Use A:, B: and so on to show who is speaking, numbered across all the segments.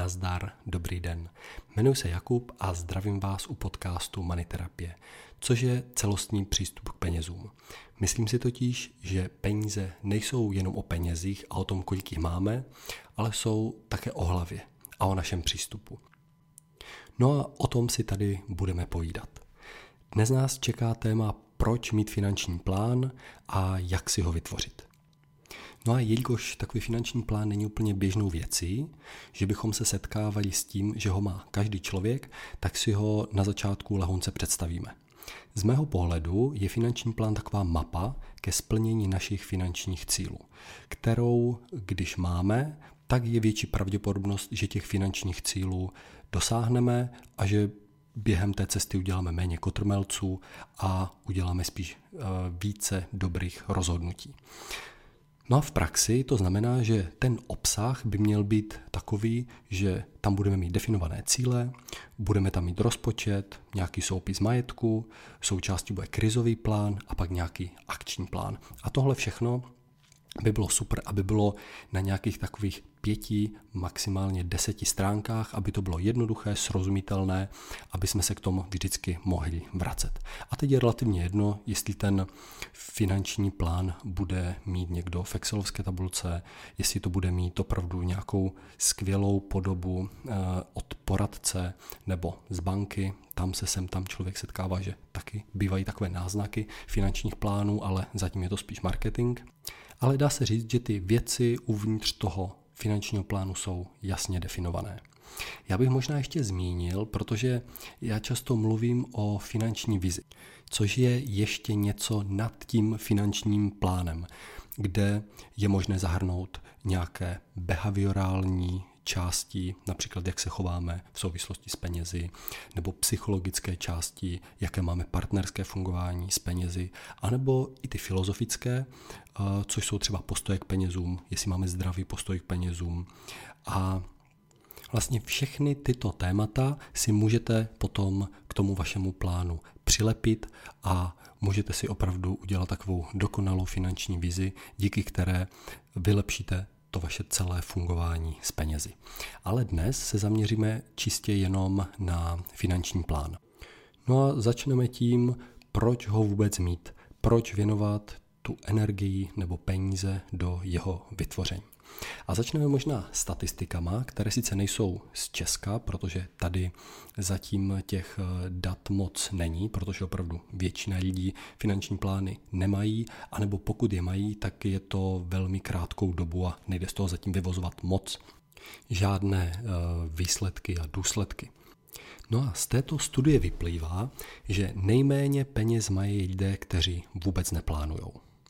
A: nazdar, dobrý den. Jmenuji se Jakub a zdravím vás u podcastu Money Terapie, což je celostní přístup k penězům. Myslím si totiž, že peníze nejsou jenom o penězích a o tom, kolik jich máme, ale jsou také o hlavě a o našem přístupu. No a o tom si tady budeme povídat. Dnes nás čeká téma, proč mít finanční plán a jak si ho vytvořit. No a jelikož takový finanční plán není úplně běžnou věcí, že bychom se setkávali s tím, že ho má každý člověk, tak si ho na začátku lehonce představíme. Z mého pohledu je finanční plán taková mapa ke splnění našich finančních cílů, kterou, když máme, tak je větší pravděpodobnost, že těch finančních cílů dosáhneme a že během té cesty uděláme méně kotrmelců a uděláme spíš více dobrých rozhodnutí. No a v praxi to znamená, že ten obsah by měl být takový, že tam budeme mít definované cíle, budeme tam mít rozpočet, nějaký soupis majetku, součástí bude krizový plán a pak nějaký akční plán. A tohle všechno by bylo super, aby bylo na nějakých takových 5, maximálně 10 stránkách, aby to bylo jednoduché, srozumitelné, aby jsme se k tomu vždycky mohli vracet. A teď je relativně jedno, jestli ten finanční plán bude mít někdo v excelovské tabulce, jestli to bude mít opravdu nějakou skvělou podobu od poradce nebo z banky. Tam člověk setkává, že taky bývají takové náznaky finančních plánů, ale zatím je to spíš marketing. Ale dá se říct, že ty věci uvnitř toho finančního plánu jsou jasně definované. Já bych možná ještě zmínil, protože já často mluvím o finanční vizi, což je ještě něco nad tím finančním plánem, kde je možné zahrnout nějaké behaviorální části, například jak se chováme v souvislosti s penězi, nebo psychologické části, jaké máme partnerské fungování s penězi, anebo i ty filozofické, což jsou třeba postoje k penězům, jestli máme zdravý postoj k penězům. A vlastně všechny tyto témata si můžete potom k tomu vašemu plánu přilepit a můžete si opravdu udělat takovou dokonalou finanční vizi, díky které vylepšíte to vaše celé fungování s penězi. Ale dnes se zaměříme čistě jenom na finanční plán. No a začneme tím, proč ho vůbec mít, proč věnovat tu energii nebo peníze do jeho vytvoření. A začneme možná statistikama, které sice nejsou z Česka, protože tady zatím těch dat moc není, protože opravdu většina lidí finanční plány nemají, anebo pokud je mají, tak je to velmi krátkou dobu a nejde z toho zatím vyvozovat moc žádné výsledky a důsledky. No a z této studie vyplývá, že nejméně peněz mají lidé, kteří vůbec neplánujou.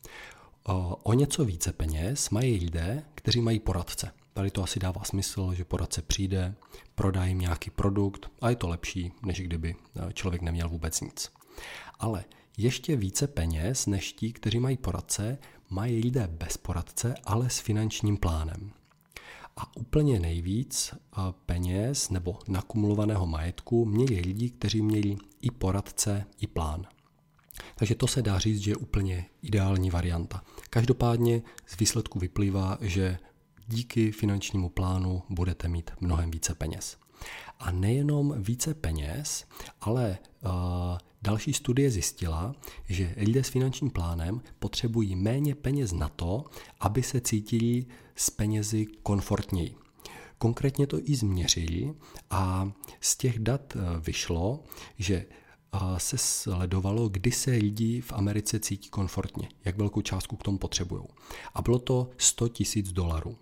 A: O něco více peněz mají lidé, kteří mají poradce. Tady to asi dává smysl, že poradce přijde, prodá jim nějaký produkt a je to lepší, než kdyby člověk neměl vůbec nic. Ale ještě více peněz než ti, kteří mají poradce, mají lidé bez poradce, ale s finančním plánem. A úplně nejvíc peněz nebo nakumulovaného majetku měli lidi, kteří měli i poradce, i plán. Takže to se dá říct, že je úplně ideální varianta. Každopádně z výsledku vyplývá, že díky finančnímu plánu budete mít mnohem více peněz. A nejenom více peněz, ale další studie zjistila, že lidé s finančním plánem potřebují méně peněz na to, aby se cítili s penězi komfortněji. Konkrétně to i změřili a z těch dat vyšlo, že se sledovalo, kdy se lidi v Americe cítí komfortně, jak velkou částku k tomu potřebují. A bylo to $100,000.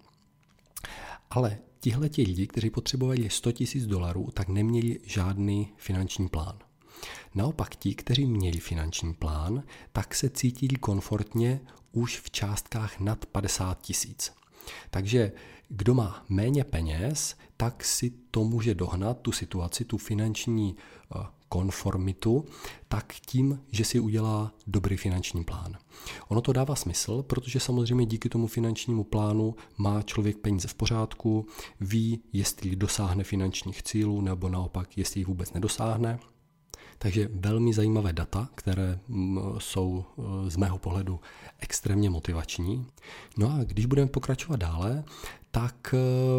A: Ale tihleti lidi, kteří potřebovali $100,000, tak neměli žádný finanční plán. Naopak ti, kteří měli finanční plán, tak se cítili komfortně už v částkách nad 50,000. Takže kdo má méně peněz, tak si to může dohnat, tu situaci, tu finanční konformitu, tak tím, že si udělá dobrý finanční plán. Ono to dává smysl, protože samozřejmě díky tomu finančnímu plánu má člověk peníze v pořádku, ví, jestli dosáhne finančních cílů nebo naopak, jestli jich vůbec nedosáhne. Takže velmi zajímavé data, které jsou z mého pohledu extrémně motivační. No a když budeme pokračovat dále, tak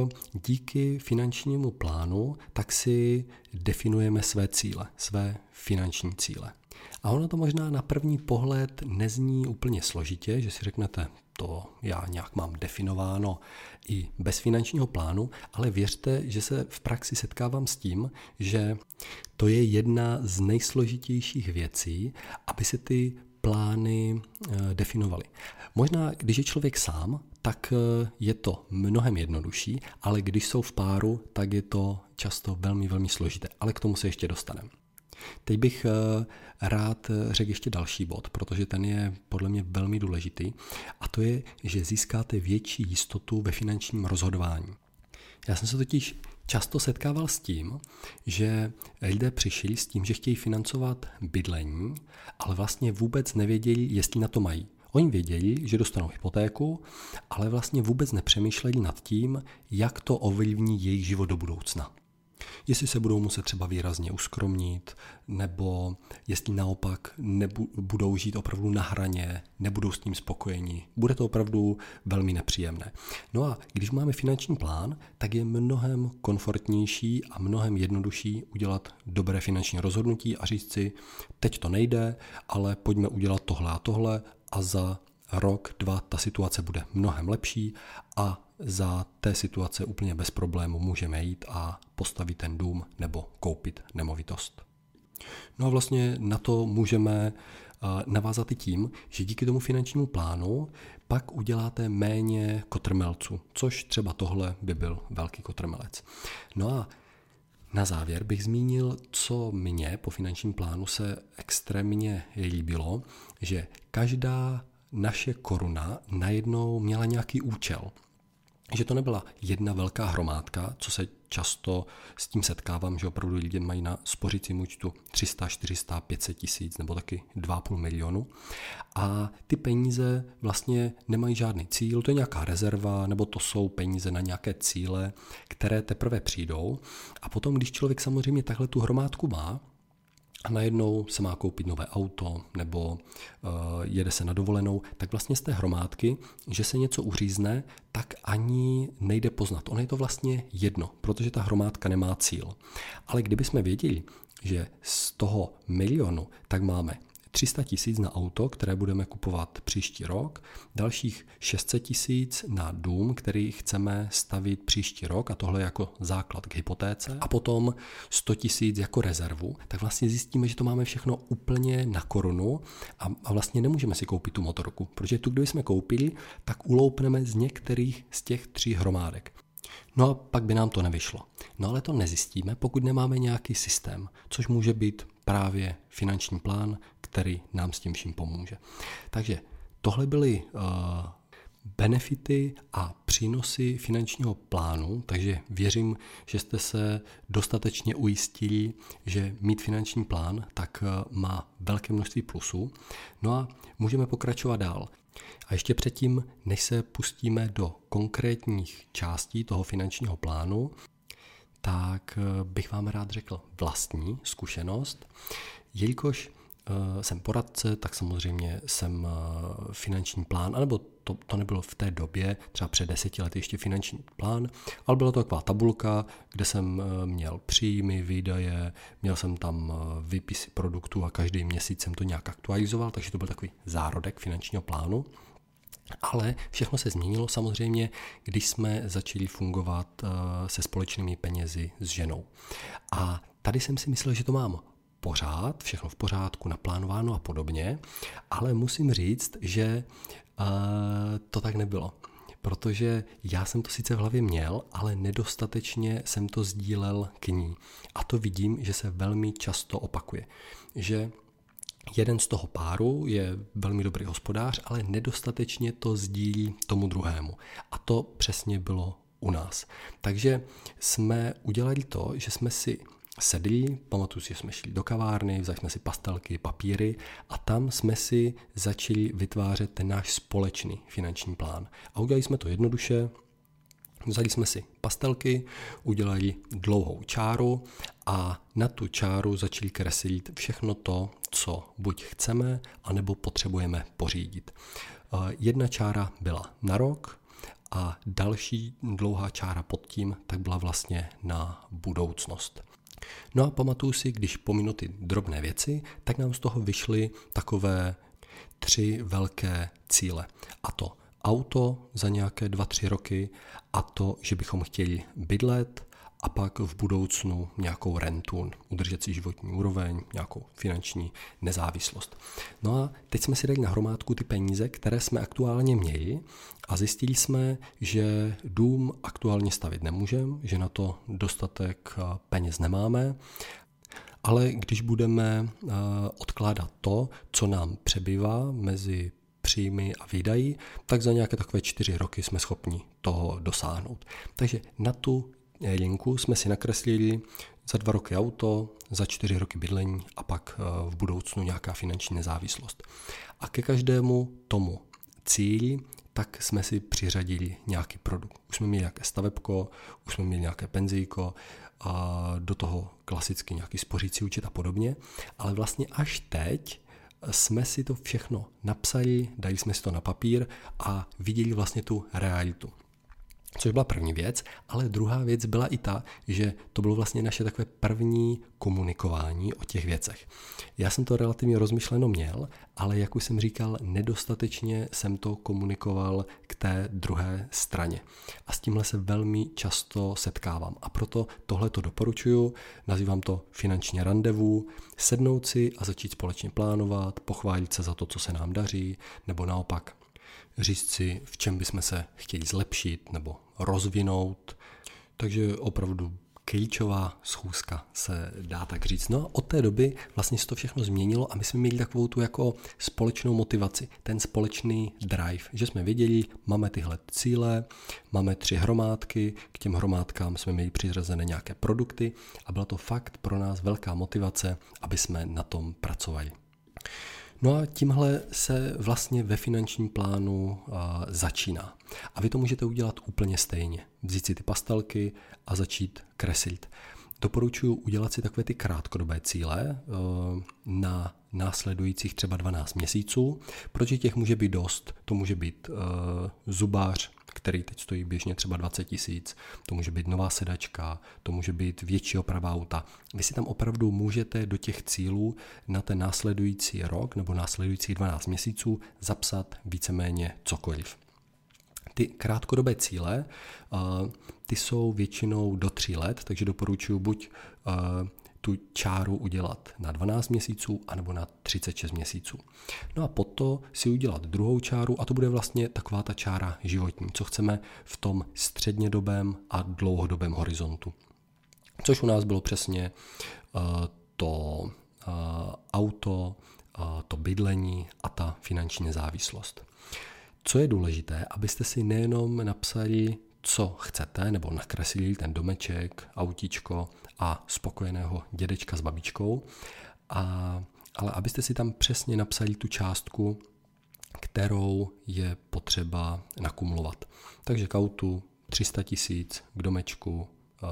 A: díky finančnímu plánu tak si definujeme své cíle, své finanční cíle. A ono to možná na první pohled nezní úplně složitě, že si řeknete, to já nějak mám definováno i bez finančního plánu, ale věřte, že se v praxi setkávám s tím, že to je jedna z nejsložitějších věcí, aby se ty plány definovaly. Možná, když je člověk sám, tak je to mnohem jednodušší, ale když jsou v páru, tak je to často velmi, velmi složité. Ale k tomu se ještě dostaneme. Teď bych rád řekl ještě další bod, protože ten je podle mě velmi důležitý, a to je, že získáte větší jistotu ve finančním rozhodování. Já jsem se totiž často setkával s tím, že lidé přišli s tím, že chtějí financovat bydlení, ale vlastně vůbec nevěděli, jestli na to mají. Oni věděli, že dostanou hypotéku, ale vlastně vůbec nepřemýšleli nad tím, jak to ovlivní jejich život do budoucna. Jestli se budou muset třeba výrazně uskromnit, nebo jestli naopak budou žít opravdu na hraně, nebudou s tím spokojeni. Bude to opravdu velmi nepříjemné. No a když máme finanční plán, tak je mnohem komfortnější a mnohem jednodušší udělat dobré finanční rozhodnutí a říct si, teď to nejde, ale pojďme udělat tohle a za rok, 2 ta situace bude mnohem lepší a za té situace úplně bez problému můžeme jít a postavit ten dům nebo koupit nemovitost. No a vlastně na to můžeme navázat i tím, že díky tomu finančnímu plánu pak uděláte méně kotrmelců, což třeba tohle by byl velký kotrmelec. No a na závěr bych zmínil, co mně po finančním plánu se extrémně líbilo, že každá naše koruna najednou měla nějaký účel. Že to nebyla jedna velká hromádka, co se často s tím setkávám, že opravdu lidé mají na spořícím účtu 300, 400, 500 tisíc nebo taky 2,5 milionu. A ty peníze vlastně nemají žádný cíl, to je nějaká rezerva, nebo to jsou peníze na nějaké cíle, které teprve přijdou. A potom, když člověk samozřejmě takhle tu hromádku má, a najednou se má koupit nové auto nebo jede se na dovolenou, tak vlastně z té hromádky, že se něco uřízne, tak ani nejde poznat. Ono je to vlastně jedno, protože ta hromádka nemá cíl. Ale kdybychom věděli, že z toho milionu tak máme 300 tisíc na auto, které budeme kupovat příští rok, dalších 600 tisíc na dům, který chceme stavit příští rok, a tohle jako základ k hypotéce, a potom 100 tisíc jako rezervu, tak vlastně zjistíme, že to máme všechno úplně na korunu a vlastně nemůžeme si koupit tu motorku, protože tu, kdybychom koupili, tak uloupneme z některých z těch 3 hromádek. No a pak by nám to nevyšlo. No ale to nezjistíme, pokud nemáme nějaký systém, což může být právě finanční plán, který nám s tím vším pomůže. Takže tohle byly benefity a přínosy finančního plánu, takže věřím, že jste se dostatečně ujistili, že mít finanční plán tak má velké množství plusů. No a můžeme pokračovat dál. A ještě předtím, než se pustíme do konkrétních částí toho finančního plánu, tak bych vám rád řekl vlastní zkušenost. Jelikož jsem poradce, tak samozřejmě jsem finanční plán, anebo to nebylo v té době, třeba před 10 lety ještě finanční plán, ale byla to taková tabulka, kde jsem měl příjmy, výdaje, měl jsem tam výpisy produktů a každý měsíc jsem to nějak aktualizoval, takže to byl takový zárodek finančního plánu. Ale všechno se změnilo samozřejmě, když jsme začali fungovat se společnými penězi s ženou. A tady jsem si myslel, že to mám pořád, všechno v pořádku, naplánováno a podobně, ale musím říct, že to tak nebylo. Protože já jsem to sice v hlavě měl, ale nedostatečně jsem to sdílel k ní. A to vidím, že se velmi často opakuje. Že jeden z toho páru je velmi dobrý hospodář, ale nedostatečně to sdílí tomu druhému. A to přesně bylo u nás. Takže jsme udělali to, že jsme si sedli, pamatuju si, že jsme šli do kavárny, vzali jsme si pastelky, papíry a tam jsme si začali vytvářet ten náš společný finanční plán. A udělali jsme to jednoduše, Vzali jsme si pastelky, udělali dlouhou čáru a na tu čáru začali kreslit všechno to, co buď chceme, anebo potřebujeme pořídit. Jedna čára byla na rok a další dlouhá čára pod tím tak byla vlastně na budoucnost. No a pamatuju si, když pominu ty drobné věci, tak nám z toho vyšly takové 3 velké cíle. A to auto za nějaké 2-3 roky, a to, že bychom chtěli bydlet a pak v budoucnu nějakou rentu, udržet si životní úroveň, nějakou finanční nezávislost. No a teď jsme si dali na hromádku ty peníze, které jsme aktuálně měli a zjistili jsme, že dům aktuálně stavit nemůžeme, že na to dostatek peněz nemáme, ale když budeme odkládat to, co nám přebývá mezi příjmy a výdaji, tak za nějaké takové 4 roky jsme schopni toho dosáhnout. Takže na tu linku jsme si nakreslili za 2 roky auto, za 4 roky bydlení a pak v budoucnu nějaká finanční nezávislost. A ke každému tomu cíli tak jsme si přiřadili nějaký produkt. Už jsme měli nějaké stavebko, už jsme měli nějaké penzijko, a do toho klasicky nějaký spořící účet a podobně, ale vlastně až teď jsme si to všechno napsali, dali jsme si to na papír a viděli vlastně tu realitu. Což byla první věc, ale druhá věc byla i ta, že to bylo vlastně naše takové první komunikování o těch věcech. Já jsem to relativně rozmyšleno měl, ale jak už jsem říkal, nedostatečně jsem to komunikoval k té druhé straně. A s tímhle se velmi často setkávám. A proto tohle to doporučuju, nazývám to finanční randevu, sednout si a začít společně plánovat, pochválit se za to, co se nám daří, nebo naopak říct si, v čem bychom se chtěli zlepšit nebo rozvinout. Takže opravdu klíčová schůzka se dá tak říct. No a od té doby vlastně se to všechno změnilo a my jsme měli takovou tu jako společnou motivaci, ten společný drive, že jsme věděli, máme tyhle cíle, máme 3 hromádky, k těm hromádkám jsme měli přiřazené nějaké produkty a byla to fakt pro nás velká motivace, aby jsme na tom pracovali. No a tímhle se vlastně ve finančním plánu začíná. A vy to můžete udělat úplně stejně. Vzít si ty pastelky a začít kreslit. Doporučuji udělat si takové ty krátkodobé cíle na následujících třeba 12 měsíců, protože těch může být dost. To může být zubář, který teď stojí běžně třeba 20 000, to může být nová sedačka, to může být větší oprava auta. Vy si tam opravdu můžete do těch cílů na ten následující rok nebo následujících 12 měsíců zapsat víceméně cokoliv. Ty krátkodobé cíle, ty jsou většinou do 3 let, takže doporučuji buď tu čáru udělat na 12 měsíců anebo na 36 měsíců. No a potom si udělat druhou čáru a to bude vlastně taková ta čára životní, co chceme v tom střednědobém a dlouhodobém horizontu. Což u nás bylo přesně to auto, to bydlení a ta finanční nezávislost. Co je důležité, abyste si nejenom napsali, co chcete, nebo nakreslili ten domeček, autíčko a spokojeného dědečka s babičkou, ale abyste si tam přesně napsali tu částku, kterou je potřeba nakumulovat. Takže k autu 300 000, k domečku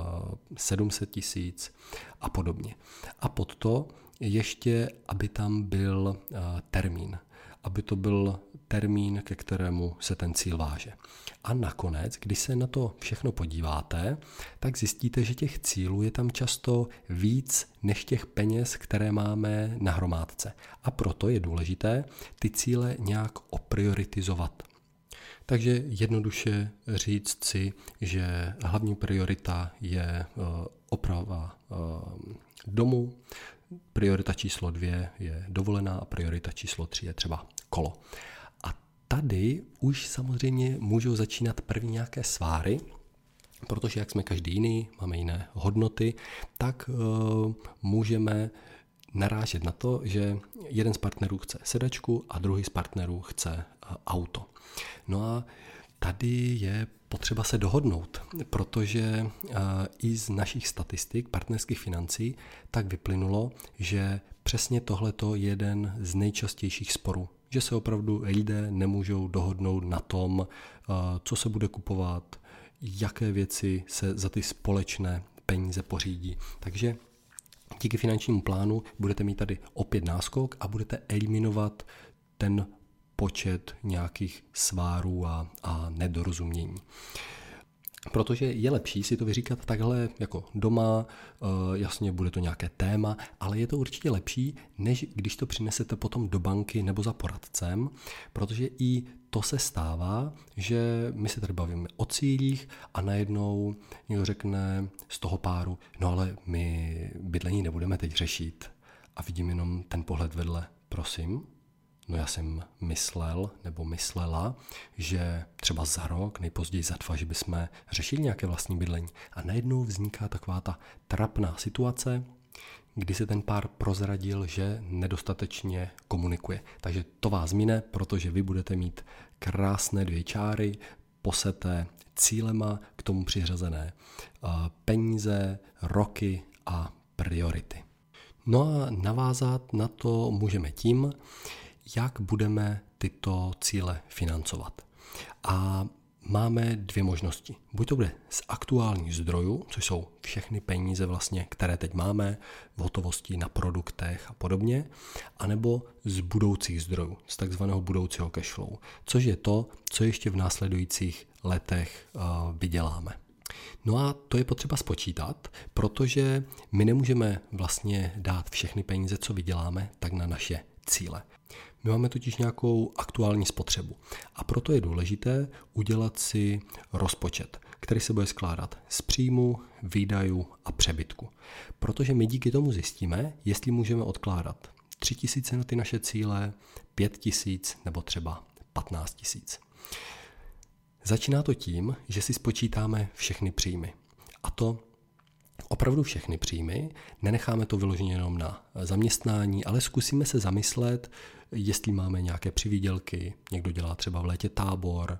A: 700 000 a podobně. A pod to ještě, aby tam byl termín. Aby to byl termín, ke kterému se ten cíl váže. A nakonec, když se na to všechno podíváte, tak zjistíte, že těch cílů je tam často víc než těch peněz, které máme na hromádce. A proto je důležité ty cíle nějak oprioritizovat. Takže jednoduše říct si, že hlavní priorita je oprava domu, priorita číslo 2 je dovolená a priorita číslo 3 je třeba kolo. A tady už samozřejmě můžou začínat první nějaké sváry, protože jak jsme každý jiný, máme jiné hodnoty, tak můžeme narážet na to, že jeden z partnerů chce sedačku a druhý z partnerů chce auto. No a tady je potřeba se dohodnout, protože i z našich statistik partnerských financí tak vyplynulo, že přesně tohleto je jeden z nejčastějších sporů, že se opravdu lidé nemůžou dohodnout na tom, co se bude kupovat, jaké věci se za ty společné peníze pořídí. Takže díky finančnímu plánu budete mít tady opět náskok a budete eliminovat ten počet nějakých svárů a nedorozumění. Protože je lepší si to vyříkat takhle jako doma, jasně bude to nějaké téma, ale je to určitě lepší, než když to přinesete potom do banky nebo za poradcem, protože i to se stává, že my se tady bavíme o cílích a najednou někdo řekne z toho páru, no ale my bydlení nebudeme teď řešit a vidím jenom ten pohled vedle, prosím. No já jsem myslel nebo myslela, že třeba za rok, nejpozději za 2, že bychom řešili nějaké vlastní bydlení. A najednou vzniká taková ta trapná situace, kdy se ten pár prozradil, že nedostatečně komunikuje. Takže to vás mine, protože vy budete mít krásné 2 čáry, poseté cílema, k tomu přiřazené peníze, roky a priority. No a navázat na to můžeme tím, jak budeme tyto cíle financovat. A máme 2 možnosti. Buď to bude z aktuálních zdrojů, což jsou všechny peníze vlastně, které teď máme v hotovosti na produktech a podobně, anebo z budoucích zdrojů, z takzvaného budoucího cashflow, což je to, co ještě v následujících letech vyděláme. No a to je potřeba spočítat, protože my nemůžeme vlastně dát všechny peníze, co vyděláme, tak na naše cíle. My máme totiž nějakou aktuální spotřebu a proto je důležité udělat si rozpočet, který se bude skládat z příjmu, výdajů a přebytku. Protože my díky tomu zjistíme, jestli můžeme odkládat 3 000 na ty naše cíle, 5 000 nebo třeba 15 000. Začíná to tím, že si spočítáme všechny příjmy. A to opravdu všechny příjmy, nenecháme to vyloženě jenom na zaměstnání, ale zkusíme se zamyslet, jestli máme nějaké přivýdělky, někdo dělá třeba v létě tábor,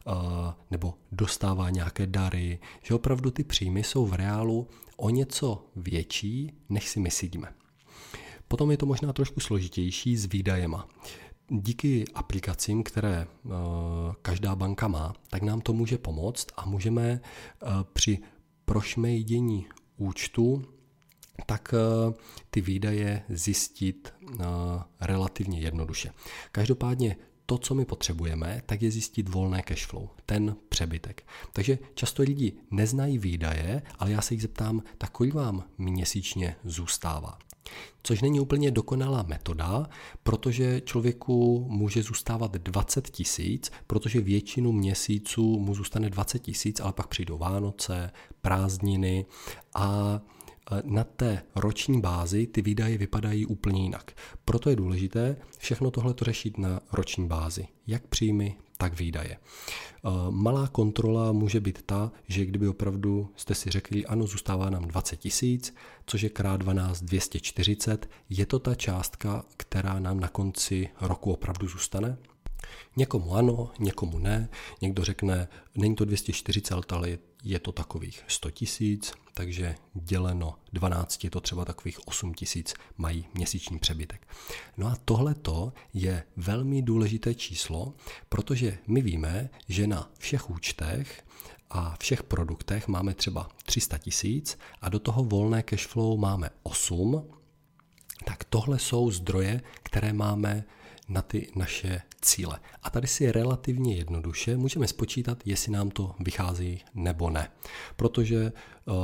A: nebo dostává nějaké dary, že opravdu ty příjmy jsou v reálu o něco větší, než si myslíme. Potom je to možná trošku složitější s výdajema. Díky aplikacím, které každá banka má, tak nám to může pomoct a můžeme při prošmejdění účtu tak ty výdaje zjistit relativně jednoduše. Každopádně to, co my potřebujeme, tak je zjistit volné cashflow, ten přebytek. Takže často lidi neznají výdaje, ale já se jich zeptám, tak kolik vám měsíčně zůstává. Což není úplně dokonalá metoda, protože člověku může zůstávat 20 000, protože většinu měsíců mu zůstane 20 000, ale pak přijdou Vánoce, prázdniny a na té roční bázi ty výdaje vypadají úplně jinak. Proto je důležité všechno tohle řešit na roční bázi, jak příjmy, tak výdaje. Malá kontrola může být ta, že kdyby opravdu jste si řekli, ano, zůstává nám 20 000, což je krát 12 240, je to ta částka, která nám na konci roku opravdu zůstane? Někomu ano, někomu ne. Někdo řekne, není to 240, ale je to takových 100 000, takže děleno 12 je to třeba takových 8 000 mají měsíční přebytek. No a tohleto je velmi důležité číslo, protože my víme, že na všech účtech a všech produktech máme třeba 300 000 a do toho volné cashflow máme 8, tak tohle jsou zdroje, které máme na ty naše cíle. A tady si relativně jednoduše můžeme spočítat, jestli nám to vychází nebo ne. Protože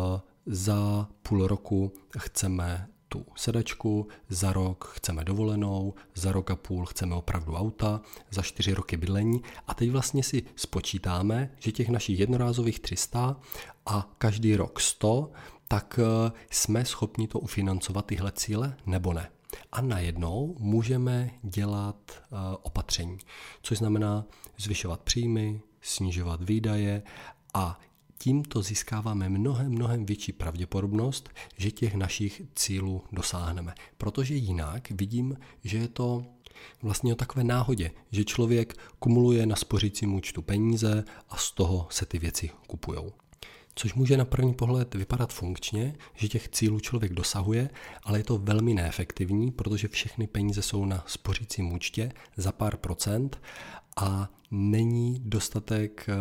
A: za půl roku chceme tu sedačku, za rok chceme dovolenou, za rok a půl chceme opravdu auta, za 4 roky bydlení a teď vlastně si spočítáme, že těch našich jednorázových 300 a každý rok 100, tak jsme schopni to ufinancovat tyhle cíle nebo ne. A najednou můžeme dělat opatření, což znamená zvyšovat příjmy, snižovat výdaje a tímto získáváme mnohem větší pravděpodobnost, že těch našich cílů dosáhneme. Protože jinak vidím, že je to vlastně o takové náhodě, že člověk kumuluje na spořícím účtu peníze a z toho se ty věci kupujou. Což může na první pohled vypadat funkčně, že těch cílů člověk dosahuje, ale je to velmi neefektivní, protože všechny peníze jsou na spořícím účtě za pár procent a není dostatek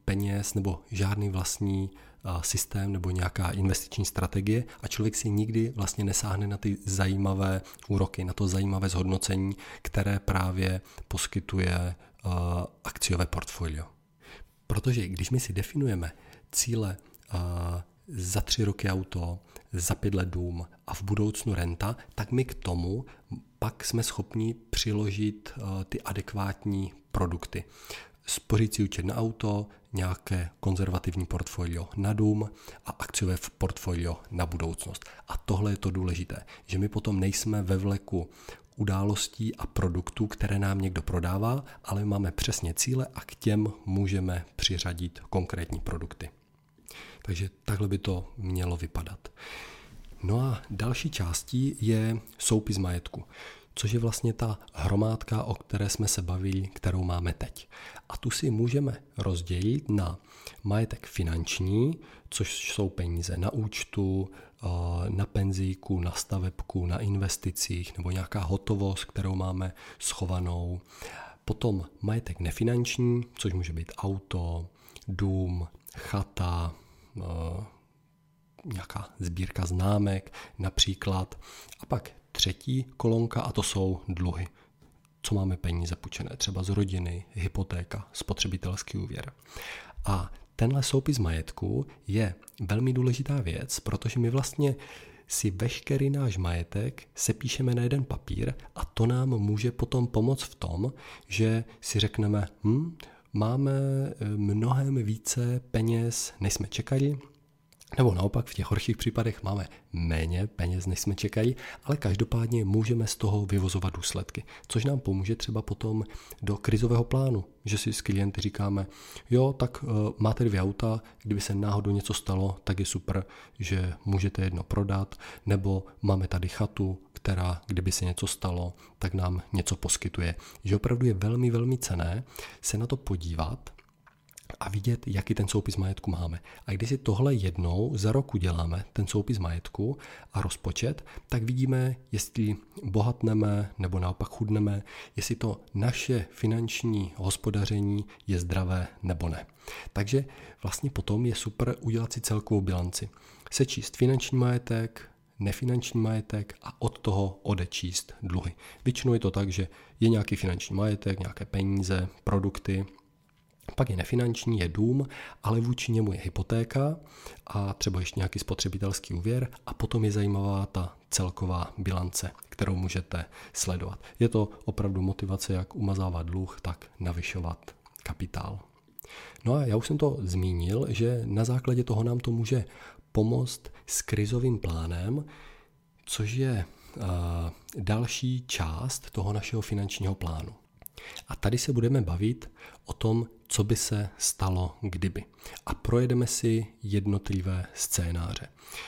A: peněz nebo žádný vlastní systém nebo nějaká investiční strategie a člověk si nikdy vlastně nesáhne na ty zajímavé úroky, na to zajímavé zhodnocení, které právě poskytuje akciové portfolio. Protože když my si definujeme cíle za 3 roky auto, za 5 let dům a v budoucnu renta, tak my k tomu pak jsme schopni přiložit ty adekvátní produkty. Spořící účet na auto, nějaké konzervativní portfolio na dům a akciové portfolio na budoucnost. A tohle je to důležité, že my potom nejsme ve vleku událostí a produktů, které nám někdo prodává, ale máme přesně cíle a k těm můžeme přiřadit konkrétní produkty. Takže takhle by to mělo vypadat. No a další částí je soupis majetku, což je vlastně ta hromádka, o které jsme se bavili, kterou máme teď. A tu si můžeme rozdělit na majetek finanční, což jsou peníze na účtu, na penzíku, na stavebku, na investicích nebo nějaká hotovost, kterou máme schovanou. Potom majetek nefinanční, což může být auto, dům, chata, nějaká sbírka známek například. A pak třetí kolonka a to jsou dluhy. Co máme peníze půjčené, třeba z rodiny, hypotéka, spotřebitelský úvěr. A tenhle soupis majetku je velmi důležitá věc, protože my vlastně si veškerý náš majetek sepíšeme na jeden papír a to nám může potom pomoct v tom, že si řekneme, máme mnohem více peněz, než jsme čekali, nebo naopak v těch horších případech máme méně peněz, než jsme čekali, ale každopádně můžeme z toho vyvozovat důsledky, což nám pomůže třeba potom do krizového plánu, že si s klienty říkáme, jo, tak máte 2 auta, kdyby se náhodou něco stalo, tak je super, že můžete jedno prodat, nebo máme tady chatu, která, kdyby se něco stalo, tak nám něco poskytuje. Že opravdu je velmi, velmi cenné se na to podívat a vidět, jaký ten soupis majetku máme. A když si tohle jednou za rok uděláme, ten soupis majetku a rozpočet, tak vidíme, jestli bohatneme nebo naopak chudneme, jestli to naše finanční hospodaření je zdravé nebo ne. Takže vlastně potom je super udělat si celkovou bilanci. Sečíst finanční majetek, nefinanční majetek a od toho odečíst dluhy. Většinou je to tak, že je nějaký finanční majetek, nějaké peníze, produkty, pak je nefinanční, je dům, ale vůči němu je hypotéka a třeba ještě nějaký spotřebitelský úvěr a potom je zajímavá ta celková bilance, kterou můžete sledovat. Je to opravdu motivace, jak umazávat dluh, tak navyšovat kapitál. No a já už jsem to zmínil, že na základě toho nám to může pomoct s krizovým plánem, což je další část toho našeho finančního plánu. A tady se budeme bavit o tom, co by se stalo, kdyby. A projedeme si jednotlivé scénáře.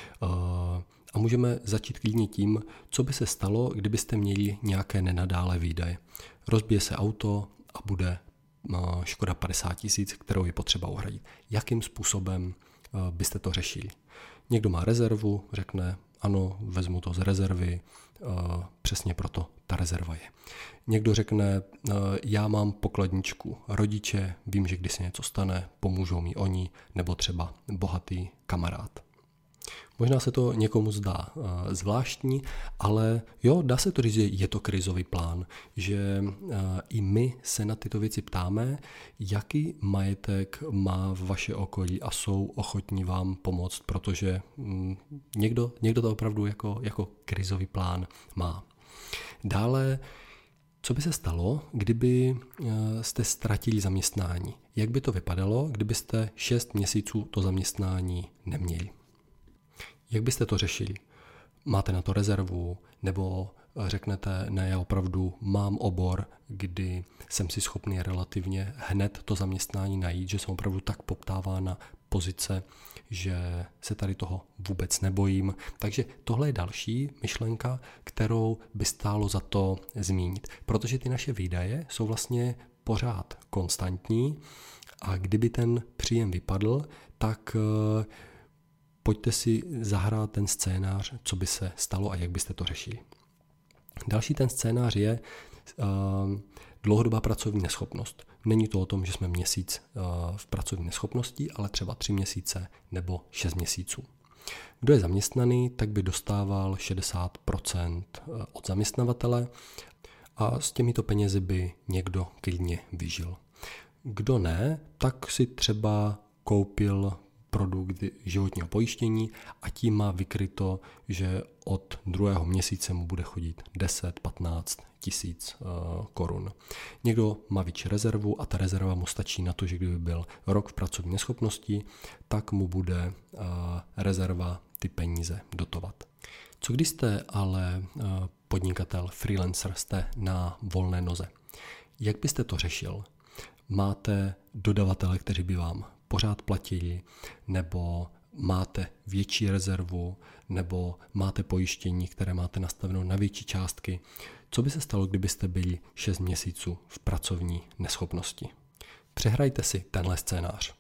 A: A můžeme začít klidně tím, co by se stalo, kdybyste měli nějaké nenadálé výdaje. Rozbije se auto a bude škoda 50 000, kterou je potřeba uhradit. Jakým způsobem byste to řešili? Někdo má rezervu, řekne, ano, vezmu to z rezervy, přesně proto ta rezerva je. Někdo řekne, já mám pokladničku rodiče, vím, že když se něco stane, pomůžou mi oni, nebo třeba bohatý kamarád. Možná se to někomu zdá zvláštní, ale jo, dá se to říct, že je to krizový plán, že i my se na tyto věci ptáme, jaký majetek má vaše okolí a jsou ochotní vám pomoct, protože někdo to opravdu jako krizový plán má. Dále, co by se stalo, kdyby jste ztratili zaměstnání? Jak by to vypadalo, kdybyste 6 měsíců to zaměstnání neměli? Jak byste to řešili? Máte na to rezervu? Nebo řeknete, ne, já opravdu mám obor, kdy jsem si schopný relativně hned to zaměstnání najít, že jsem opravdu tak poptávána pozice, že se tady toho vůbec nebojím. Takže tohle je další myšlenka, kterou by stálo za to zmínit. Protože ty naše výdaje jsou vlastně pořád konstantní a kdyby ten příjem vypadl, tak pojďte si zahrát ten scénář, co by se stalo a jak byste to řešili. Další ten scénář je, Dlouhodobá pracovní neschopnost. Není to o tom, že jsme měsíc v pracovní neschopnosti, ale třeba 3 měsíce nebo 6 měsíců. Kdo je zaměstnaný, tak by dostával 60% od zaměstnavatele a s těmito penězi by někdo klidně vyžil. Kdo ne, tak si třeba koupil produkt životního pojištění a tím má vykryto, že od 2. měsíce mu bude chodit 10-15 tisíc korun. Někdo má větší rezervu a ta rezerva mu stačí na to, že kdyby byl rok v pracovní neschopnosti, tak mu bude rezerva ty peníze dotovat. Co když jste ale podnikatel, freelancer, jste na volné noze? Jak byste to řešil? Máte dodavatele, kteří by vám pořád platili, nebo máte větší rezervu, nebo máte pojištění, které máte nastaveno na větší částky. Co by se stalo, kdybyste byli 6 měsíců v pracovní neschopnosti? Přehrajte si tenhle scénář.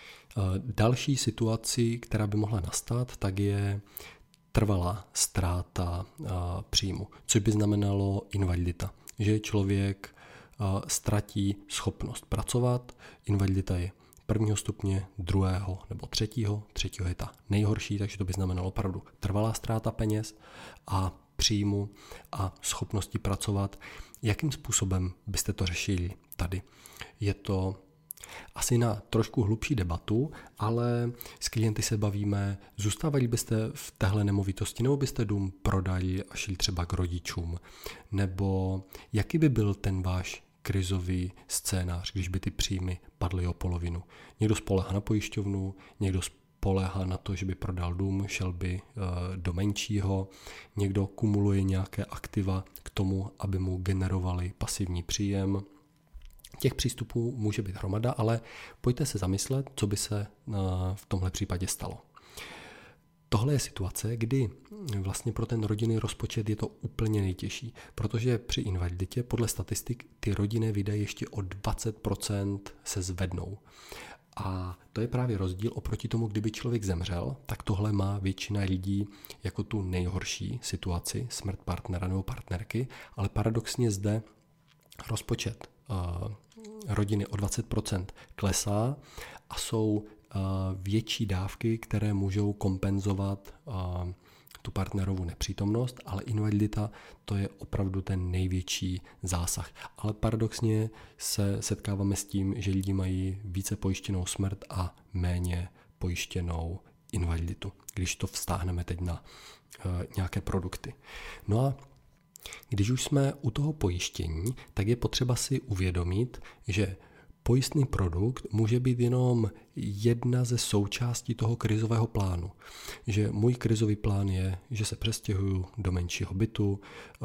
A: Další situací, která by mohla nastat, tak je trvalá ztráta příjmu, což by znamenalo invalidita, že člověk ztratí schopnost pracovat. Invalidita je 1. stupně, 2. nebo 3. 3. je ta nejhorší, takže to by znamenalo opravdu trvalá ztráta peněz a příjmu a schopnosti pracovat. Jakým způsobem byste to řešili tady? Je to asi na trošku hlubší debatu, ale s klienty se bavíme, zůstávali byste v téhle nemovitosti, nebo byste dům prodali a šli třeba k rodičům, nebo jaký by byl ten váš krizový scénář, když by ty příjmy padly o polovinu. Někdo spoléhá na pojišťovnu, někdo spoléhá na to, že by prodal dům, šel by do menšího, někdo kumuluje nějaké aktiva k tomu, aby mu generovali pasivní příjem. Těch přístupů může být hromada, ale pojďte se zamyslet, co by se v tomhle případě stalo. Tohle je situace, kdy vlastně pro ten rodinný rozpočet je to úplně nejtěžší, protože při invaliditě podle statistik ty rodinné výdaje ještě o 20% se zvednou. A to je právě rozdíl oproti tomu, kdyby člověk zemřel, tak tohle má většina lidí jako tu nejhorší situaci, smrt partnera nebo partnerky, ale paradoxně zde rozpočet rodiny o 20% klesá a jsou větší dávky, které můžou kompenzovat tu partnerovu nepřítomnost, ale invalidita to je opravdu ten největší zásah. Ale paradoxně se setkáváme s tím, že lidi mají více pojištěnou smrt a méně pojištěnou invaliditu, když to vztáhneme teď na nějaké produkty. No a když už jsme u toho pojištění, tak je potřeba si uvědomit, že pojistný produkt může být jenom jedna ze součástí toho krizového plánu. Že můj krizový plán je, že se přestěhuju do menšího bytu,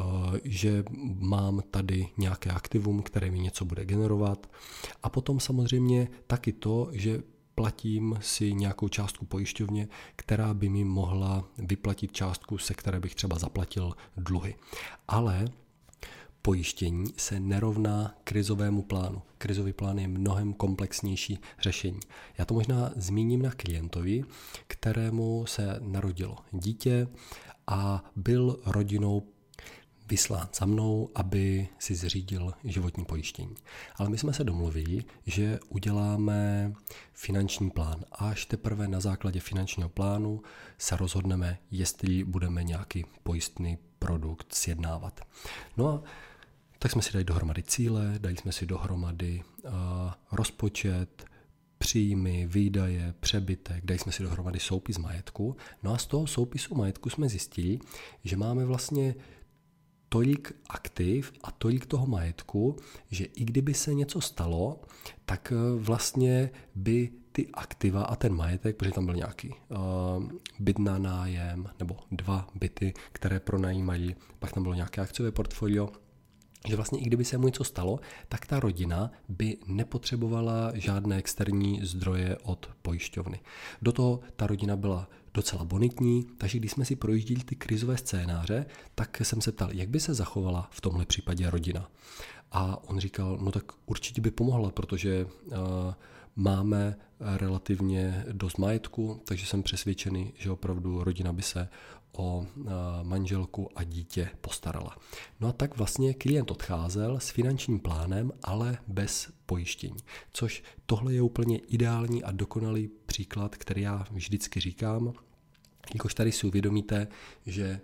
A: že mám tady nějaké aktivum, které mi něco bude generovat. A potom samozřejmě taky to, že platím si nějakou částku pojišťovně, která by mi mohla vyplatit částku, se které bych třeba zaplatil dluhy. Ale pojištění se nerovná krizovému plánu. Krizový plán je mnohem komplexnější řešení. Já to možná zmíním na klientovi, kterému se narodilo dítě a byl rodinou vyslán za mnou, aby si zřídil životní pojištění. Ale my jsme se domluvili, že uděláme finanční plán. Až teprve na základě finančního plánu se rozhodneme, jestli budeme nějaký pojistný produkt sjednávat. No a tak jsme si dali dohromady cíle, dali jsme si dohromady rozpočet, příjmy, výdaje, přebytek, dali jsme si dohromady soupis majetku. No a z toho soupisu majetku jsme zjistili, že máme vlastně tolik aktiv a tolik toho majetku, že i kdyby se něco stalo, tak vlastně by ty aktiva a ten majetek, protože tam byl nějaký byt na nájem nebo 2 byty, které pronajímají, pak tam bylo nějaké akciové portfolio, že vlastně i kdyby se mu něco stalo, tak ta rodina by nepotřebovala žádné externí zdroje od pojišťovny. Do toho ta rodina byla docela bonitní, takže když jsme si projíždili ty krizové scénáře, tak jsem se ptal, jak by se zachovala v tomhle případě rodina. A on říkal, no tak určitě by pomohla, protože máme relativně dost majetku, takže jsem přesvědčený, že opravdu rodina by se o manželku a dítě postarala. No a tak vlastně klient odcházel s finančním plánem, ale bez pojištění. Což tohle je úplně ideální a dokonalý příklad, který já vždycky říkám, jakož tady si uvědomíte, že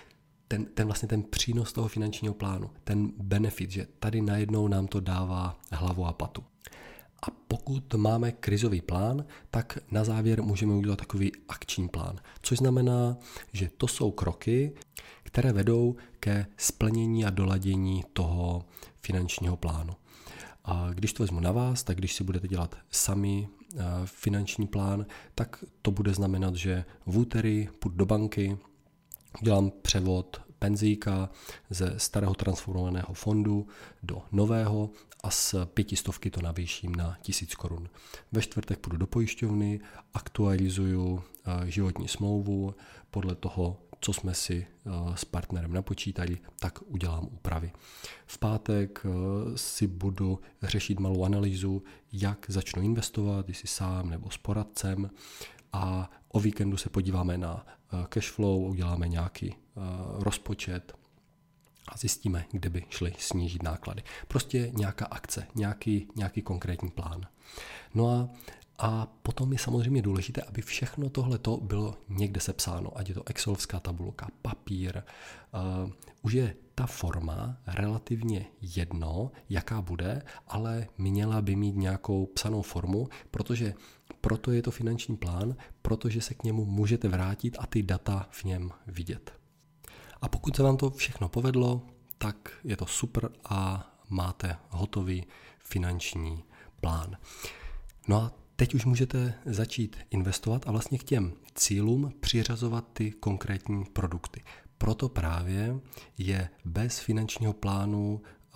A: ten přínos toho finančního plánu, ten benefit, že tady najednou nám to dává hlavu a patu. A pokud máme krizový plán, tak na závěr můžeme udělat takový akční plán, což znamená, že to jsou kroky, které vedou ke splnění a doladění toho finančního plánu. A když to vezmu na vás, tak když si budete dělat sami finanční plán, tak to bude znamenat, že v úterý půjdu do banky, udělám převod penzíka ze starého transformovaného fondu do nového a z 500 to navýším na 1000 korun. Ve čtvrtek půjdu do pojišťovny, aktualizuju životní smlouvu podle toho, co jsme si s partnerem napočítali, tak udělám úpravy. V pátek si budu řešit malou analýzu, jak začnu investovat, jestli sám nebo s poradcem, a o víkendu se podíváme na cash flow, uděláme nějaký rozpočet a zjistíme, kde by šli snížit náklady. Prostě nějaká akce, nějaký konkrétní plán. No a potom je samozřejmě důležité, aby všechno tohleto bylo někde sepsáno, ať je to excelovská tabulka, papír. Už je ta forma relativně jedno, jaká bude, ale měla by mít nějakou psanou formu, protože proto je to finanční plán, protože se k němu můžete vrátit a ty data v něm vidět. A pokud se vám to všechno povedlo, tak je to super a máte hotový finanční plán. No a teď už můžete začít investovat a vlastně k těm cílům přiřazovat ty konkrétní produkty. Proto právě je bez finančního plánu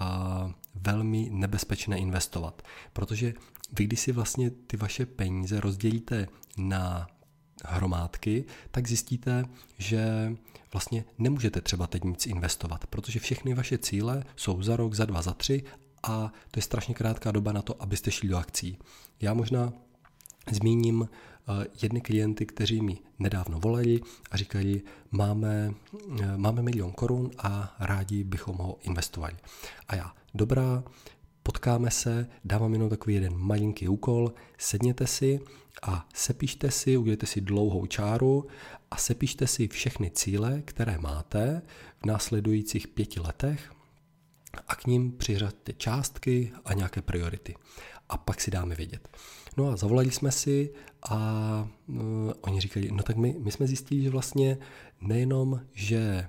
A: velmi nebezpečné investovat, protože vy, když si vlastně ty vaše peníze rozdělíte na hromádky, tak zjistíte, že vlastně nemůžete třeba teď nic investovat, protože všechny vaše cíle jsou za rok, za 2, za 3 a to je strašně krátká doba na to, abyste šli do akcí. Já možná zmíním jedny klienty, kteří mi nedávno volali a říkali, máme 1 000 000 korun a rádi bychom ho investovali. A já, dobrá, potkáme se, dám vám jenom takový jeden malinký úkol, sedněte si a sepište si, udělejte si dlouhou čáru a sepište si všechny cíle, které máte v následujících 5 letech a k ním přiřaďte částky a nějaké priority. A pak si dáme vědět. No a zavolali jsme si a oni říkali, no tak my jsme zjistili, že vlastně nejenom, že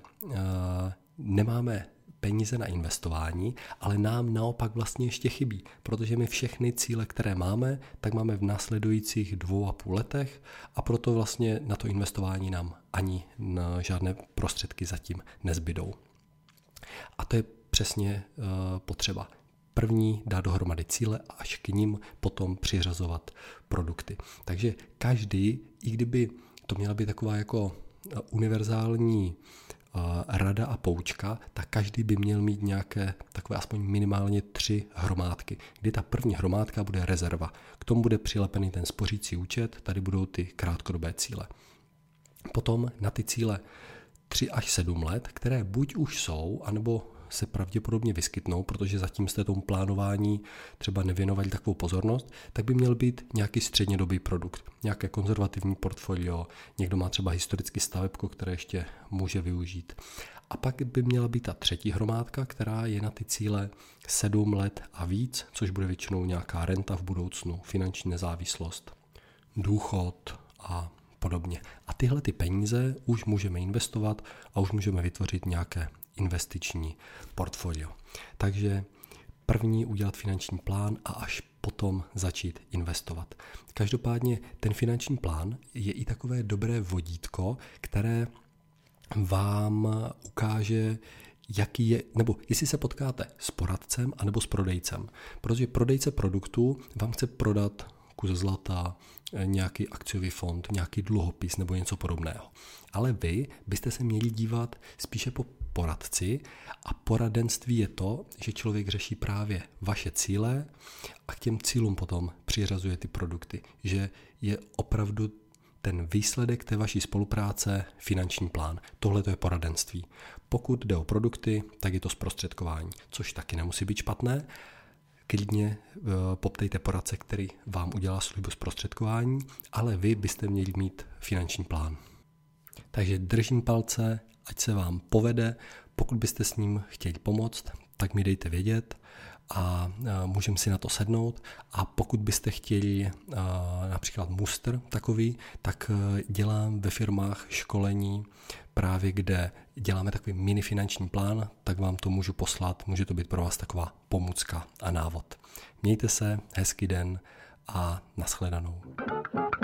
A: nemáme peníze na investování, ale nám naopak vlastně ještě chybí, protože my všechny cíle, které máme, tak máme v následujících 2,5 letech a proto vlastně na to investování nám ani na žádné prostředky zatím nezbydou. A to je přesně potřeba. První dát dohromady cíle a až k ním potom přiřazovat produkty. Takže každý, i kdyby to měla být taková jako univerzální rada a poučka, tak každý by měl mít nějaké takové aspoň minimálně 3 hromádky, kdy ta první hromádka bude rezerva. K tomu bude přilepený ten spořící účet, tady budou ty krátkodobé cíle. Potom na ty cíle 3 až 7 let, které buď už jsou, anebo se pravděpodobně vyskytnou, protože zatím jste tomu plánování třeba nevěnovali takovou pozornost, tak by měl být nějaký střednědobý produkt, nějaké konzervativní portfolio, někdo má třeba historický stavebko, které ještě může využít. A pak by měla být ta třetí hromádka, která je na ty cíle 7 let a víc, což bude většinou nějaká renta v budoucnu, finanční nezávislost, důchod a podobně. A tyhle ty peníze už můžeme investovat a už můžeme vytvořit nějaké investiční portfolio. Takže první udělat finanční plán a až potom začít investovat. Každopádně ten finanční plán je i takové dobré vodítko, které vám ukáže, jaký je, nebo jestli se potkáte s poradcem anebo s prodejcem. Protože prodejce produktů vám chce prodat kus zlata, nějaký akciový fond, nějaký dluhopis nebo něco podobného. Ale vy byste se měli dívat spíše po poradci a poradenství je to, že člověk řeší právě vaše cíle a k těm cílům potom přiřazuje ty produkty, že je opravdu ten výsledek té vaší spolupráce finanční plán. Tohle to je poradenství. Pokud jde o produkty, tak je to zprostředkování, což taky nemusí být špatné. Klidně poptejte poradce, který vám udělá službu zprostředkování, ale vy byste měli mít finanční plán. Takže držím palce, ať se vám povede. Pokud byste s ním chtěli pomoct, tak mi dejte vědět a můžeme si na to sednout. A pokud byste chtěli například muster takový, tak dělám ve firmách školení právě, kde děláme takový mini finanční plán, tak vám to můžu poslat, může to být pro vás taková pomůcka a návod. Mějte se, hezký den a nashledanou.